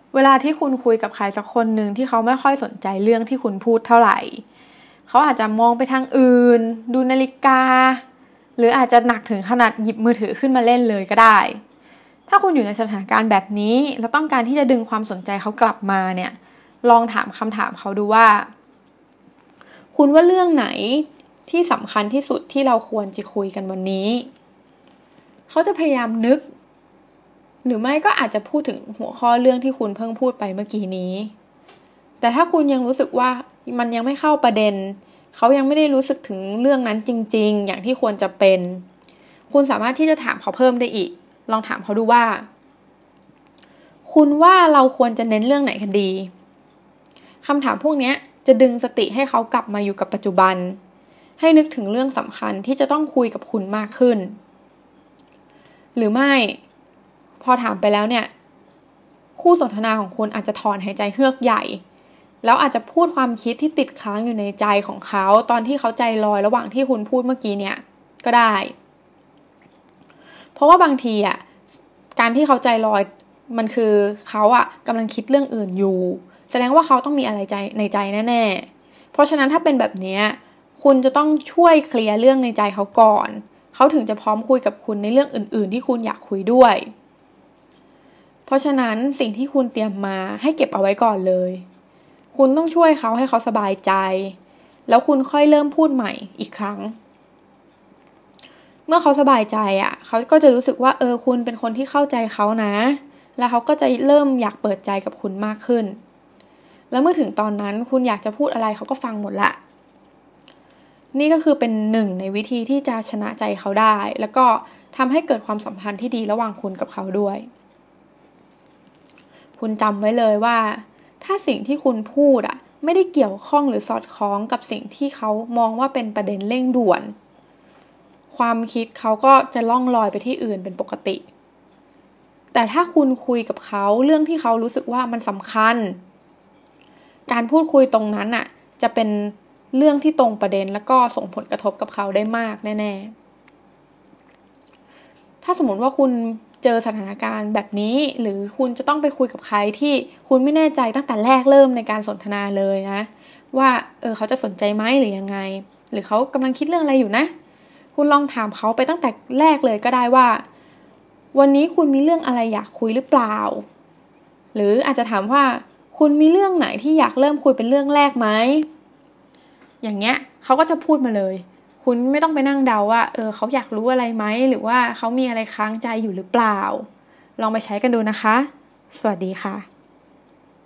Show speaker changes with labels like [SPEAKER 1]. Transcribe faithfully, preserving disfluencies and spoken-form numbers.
[SPEAKER 1] เวลาที่คุณคุยกับใครสักคนหนึ่งที่เขาไม่ค่อยสนใจเรื่องที่คุณพูดเท่าไหร่เขาอาจจะมองไปทางอื่นดูนาฬิกาหรืออาจจะหนักถึงขนาดหยิบมือถือขึ้นมาเล่นเลยก็ได้ถ้าคุณอยู่ในสถานการณ์แบบนี้แล้วต้องการที่จะดึงความสนใจเขากลับมาเนี่ยลองถามคำถามเขาดูว่าคุณว่าเรื่องไหนที่สำคัญที่สุดที่เราควรจะคุยกันวันนี้เขาจะพยายามนึกหรือไม่ก็อาจจะพูดถึงหัวข้อเรื่องที่คุณเพิ่งพูดไปเมื่อกี้นี้แต่ถ้าคุณยังรู้สึกว่ามันยังไม่เข้าประเด็นเขายังไม่ได้รู้สึกถึงเรื่องนั้นจริงๆอย่างที่ควรจะเป็นคุณสามารถที่จะถามเขาเพิ่มได้อีกลองถามเขาดูว่าคุณว่าเราควรจะเน้นเรื่องไหนกันดีคำถามพวกนี้จะดึงสติให้เขากลับมาอยู่กับปัจจุบันให้นึกถึงเรื่องสำคัญที่จะต้องคุยกับคุณมากขึ้นหรือไม่พอถามไปแล้วเนี่ยคู่สนทนาของคุณอาจจะถอนหายใจเฮือกใหญ่แล้วอาจจะพูดความคิดที่ติดค้างอยู่ในใจของเขาตอนที่เขาใจลอยระหว่างที่คุณพูดเมื่อกี้เนี่ยก็ได้เพราะว่าบางทีอ่ะการที่เขาใจลอยมันคือเขาอ่ะกำลังคิดเรื่องอื่นอยู่แสดงว่าเขาต้องมีอะไรใจในใจแน่ๆเพราะฉะนั้นถ้าเป็นแบบนี้คุณจะต้องช่วยเคลียร์เรื่องในใจเขาก่อนเขาถึงจะพร้อมคุยกับคุณในเรื่องอื่นๆที่คุณอยากคุยด้วยเพราะฉะนั้นสิ่งที่คุณเตรียมมาให้เก็บเอาไว้ก่อนเลยคุณต้องช่วยเขาให้เขาสบายใจแล้วคุณค่อยเริ่มพูดใหม่อีกครั้งเมื่อเขาสบายใจอ่ะเขาก็จะรู้สึกว่าเออคุณเป็นคนที่เข้าใจเขานะแล้วเขาก็จะเริ่มอยากเปิดใจกับคุณมากขึ้นแล้วเมื่อถึงตอนนั้นคุณอยากจะพูดอะไรเขาก็ฟังหมดละนี่ก็คือเป็นหนึ่งในวิธีที่จะชนะใจเขาได้แล้วก็ทำให้เกิดความสัมพันธ์ที่ดีระหว่างคุณกับเขาด้วยคุณจำไว้เลยว่าถ้าสิ่งที่คุณพูดอ่ะไม่ได้เกี่ยวข้องหรือสอดคล้องกับสิ่งที่เขามองว่าเป็นประเด็นเร่งด่วนความคิดเขาก็จะล่องลอยไปที่อื่นเป็นปกติแต่ถ้าคุณคุยกับเขาเรื่องที่เขารู้สึกว่ามันสำคัญการพูดคุยตรงนั้นอ่ะจะเป็นเรื่องที่ตรงประเด็นแล้วก็ส่งผลกระทบกับเขาได้มากแน่ๆถ้าสมมติว่าคุณเจอสถานการณ์แบบนี้หรือคุณจะต้องไปคุยกับใครที่คุณไม่แน่ใจตั้งแต่แรกเริ่มในการสนทนาเลยนะว่าเออเขาจะสนใจไหมหรือยังไงหรือเขากำลังคิดเรื่องอะไรอยู่นะคุณลองถามเขาไปตั้งแต่แรกเลยก็ได้ว่าวันนี้คุณมีเรื่องอะไรอยากคุยหรือเปล่าหรืออาจจะถามว่าคุณมีเรื่องไหนที่อยากเริ่มคุยเป็นเรื่องแรกไหมอย่างเงี้ยเขาก็จะพูดมาเลยคุณไม่ต้องไปนั่งเดาว่าเออเขาอยากรู้อะไรไหมหรือว่าเขามีอะไรค้างใจอยู่หรือเปล่าลองไปใช้กันดูนะคะสวัสดีค่ะ